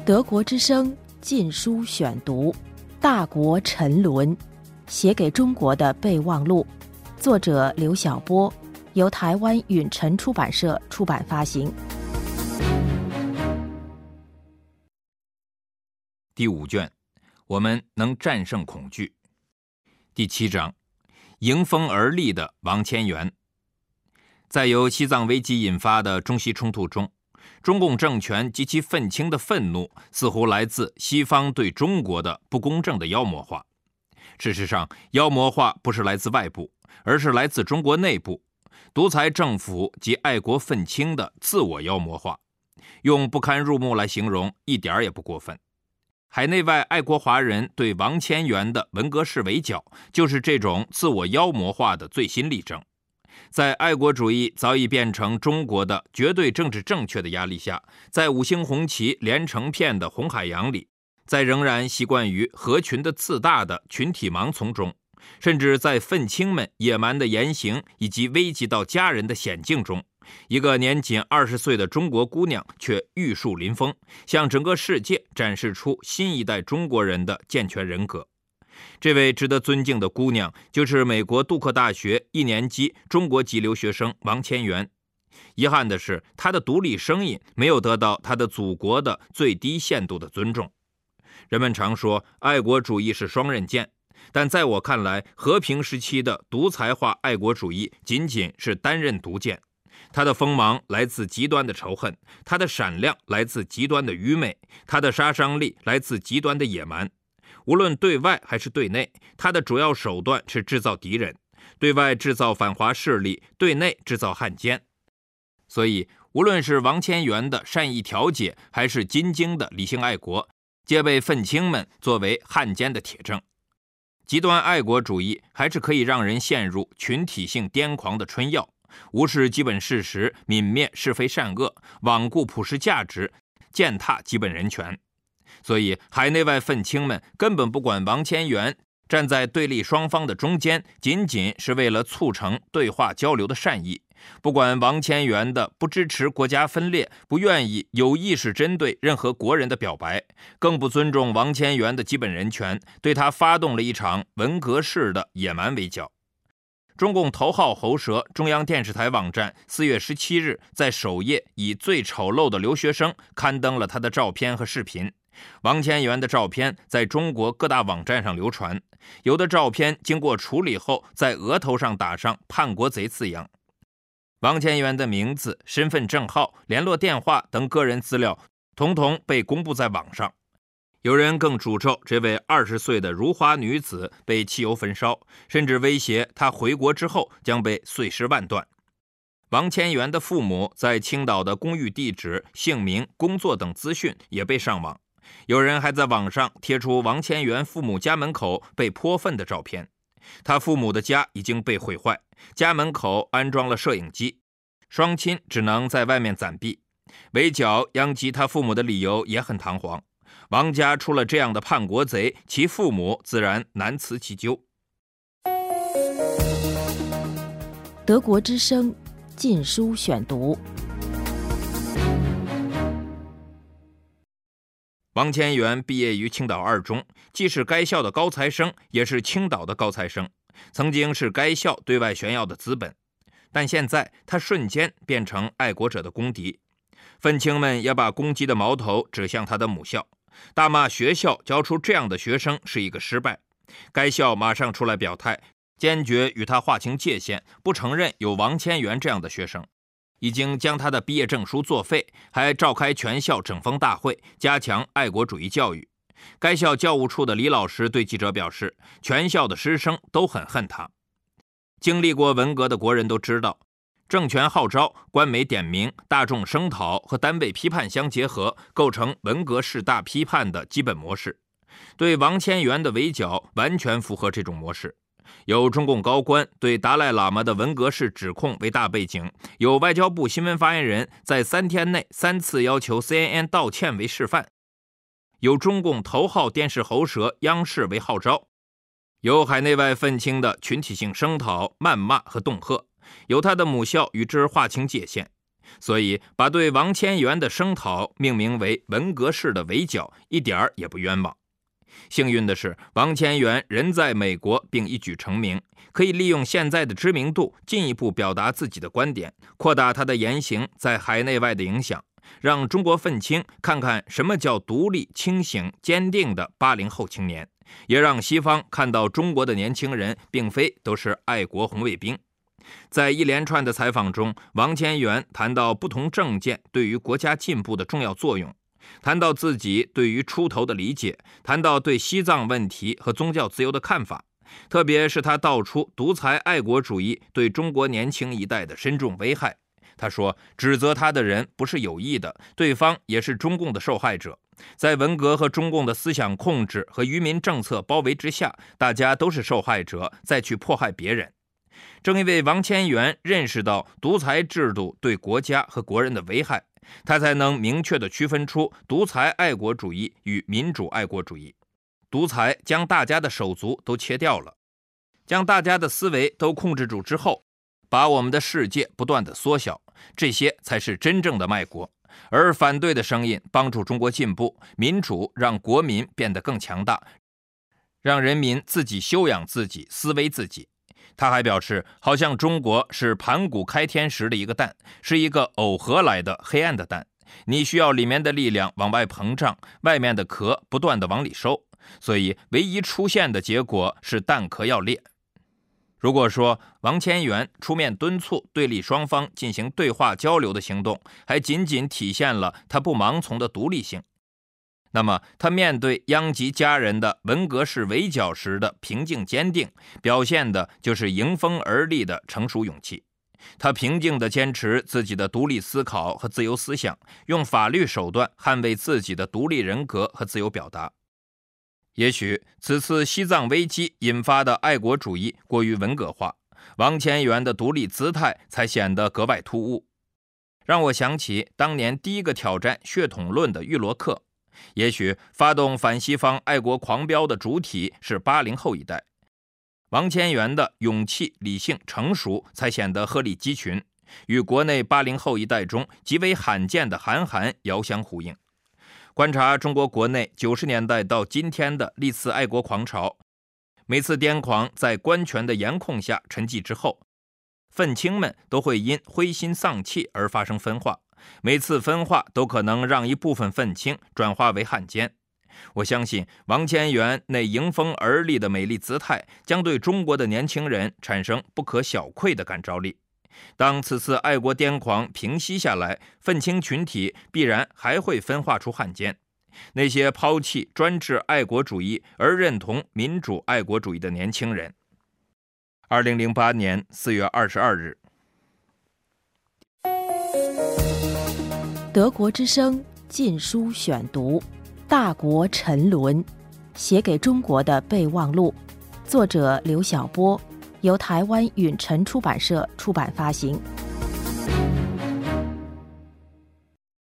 德国之声禁书选读《大国沉沦》，写给中国的备忘录，作者刘晓波，由台湾允晨出版社出版发行。 第5卷，我们能战胜恐惧。第7章，迎风而立的王千源。在由西藏危机引发的中西冲突中，中共政权及其愤青的愤怒似乎来自西方对中国的不公正的妖魔化。事实上，妖魔化不是来自外部，而是来自中国内部，独裁政府及爱国愤青的自我妖魔化。用不堪入目来形容一点也不过分。海内外爱国华人对王千源的文革式围剿，就是这种自我妖魔化的最新例证。在爱国主义早已变成中国的绝对政治正确的压力下，在五星红旗连成片的红海洋里，在仍然习惯于合群的自大的群体盲从中，甚至在愤青们野蛮的言行以及危及到家人的险境中，一个年仅20岁的中国姑娘却玉树临风，向整个世界展示出新一代中国人的健全人格。这位值得尊敬的姑娘，就是美国杜克大学1年级中国籍留学生王千源。遗憾的是，她的独立声音没有得到她的祖国的最低限度的尊重。人们常说爱国主义是双刃剑，但在我看来，和平时期的独裁化爱国主义仅仅是单刃独剑。它的锋芒来自极端的仇恨，它的闪亮来自极端的愚昧，它的杀伤力来自极端的野蛮。无论对外还是对内，它的主要手段是制造敌人，对外制造反华势力，对内制造汉奸。所以，无论是王千源的善意调解，还是金京的理性爱国，皆被愤青们作为汉奸的铁证。极端爱国主义还是可以让人陷入群体性癫狂的春药，无视基本事实，泯灭是非善恶，罔顾普世价值，践踏基本人权。所以海内外愤青们根本不管王千源站在对立双方的中间，仅仅是为了促成对话交流的善意，不管王千源的不支持国家分裂，不愿意有意识针对任何国人的表白，更不尊重王千源的基本人权，对他发动了一场文革式的野蛮围剿。中共头号喉舌中央电视台网站4月17日在首页以最丑陋的留学生刊登了他的照片和视频。王千源的照片在中国各大网站上流传，有的照片经过处理后在额头上打上叛国贼字样。王千源的名字、身份证号、联络电话等个人资料统统被公布在网上。有人更诅咒这位20岁的如花女子被汽油焚烧，甚至威胁她回国之后将被碎尸万段。王千源的父母在青岛的公寓地址、姓名、工作等资讯也被上网。有人还在网上贴出王千源父母家门口被泼粪的照片。他父母的家已经被毁坏，家门口安装了摄影机，双亲只能在外面暂避。围剿殃及他父母的理由也很堂皇，王家出了这样的叛国贼，其父母自然难辞其咎。 德国之声禁书选读。 王千源毕业于青岛二中，既是该校的高材生，也是青岛的高材生，曾经是该校对外炫耀的资本。但现在他瞬间变成爱国者的公敌，愤青们也把攻击的矛头指向他的母校，大骂学校教出这样的学生是一个失败。该校马上出来表态，坚决与他划清界限，不承认有王千源这样的学生。已经将他的毕业证书作废，还召开全校整风大会，加强爱国主义教育。该校教务处的李老师对记者表示，全校的师生都很恨他。经历过文革的国人都知道，政权号召、官媒点名、大众声讨和单位批判相结合，构成文革式大批判的基本模式。对王千源的围剿完全符合这种模式。有中共高官对达赖喇嘛的文革式指控为大背景，有外交部新闻发言人在3天内3次要求 CNN 道歉为示范，有中共头号电视喉舌央视为号召，有海内外愤青的群体性声讨、谩骂和恫吓，有他的母校与之划清界限。 所以把对王千源的声讨命名为文革式的围剿，一点儿也不冤枉。幸运的是，王千源人在美国并一举成名，可以利用现在的知名度进一步表达自己的观点，扩大他的言行在海内外的影响，让中国愤青看看什么叫独立、清醒、坚定的80后青年，也让西方看到中国的年轻人并非都是爱国红卫兵。在一连串的采访中，王千源谈到不同政见对于国家进步的重要作用，谈到自己对于出头的理解，谈到对西藏问题和宗教自由的看法，特别是他道出独裁爱国主义对中国年轻一代的深重危害。他说，指责他的人不是有意的，对方也是中共的受害者。在文革和中共的思想控制和愚民政策包围之下，大家都是受害者，再去迫害别人。正因为王千源认识到独裁制度对国家和国人的危害，他才能明确地区分出独裁爱国主义与民主爱国主义。独裁将大家的手足都切掉了，将大家的思维都控制住之后，把我们的世界不断地缩小，这些才是真正的卖国。而反对的声音帮助中国进步，民主让国民变得更强大，让人民自己修养自己，思维自己。他还表示，好像中国是盘古开天时的一个蛋，是一个耦合来的黑暗的蛋，你需要里面的力量往外膨胀，外面的壳不断的往里收，所以唯一出现的结果是蛋壳要裂。如果说王千源出面敦促对立双方进行对话交流的行动，还仅仅体现了他不盲从的独立性，那么他面对殃及家人的文革式围剿时的平静坚定，表现的就是迎风而立的成熟勇气。他平静地坚持自己的独立思考和自由思想，用法律手段捍卫自己的独立人格和自由表达。也许此次西藏危机引发的爱国主义过于文革化，王千源的独立姿态才显得格外突兀，让我想起当年第一个挑战血统论的玉罗克。也许发动反西方爱国狂飙的主体是80后一代，王千源的勇气、理性、成熟才显得鹤立鸡群，与国内80后一代中极为罕见的韩寒遥相呼应。观察中国国内90年代到今天的历次爱国狂潮，每次癫狂在官权的严控下沉寂之后，愤青们都会因灰心丧气而发生分化，每次分化都可能让一部分愤青转化为汉奸。我相信王千源那迎风而立的美丽姿态将对中国的年轻人产生不可小窥的感召力。当此次爱国癫狂平息下来，愤青群体必然还会分化出汉奸，那些抛弃专制爱国主义而认同民主爱国主义的年轻人。2008年4月22日。 德国之声禁书选读，大国沉沦，写给中国的备忘录，作者刘晓波，由台湾允晨出版社出版发行。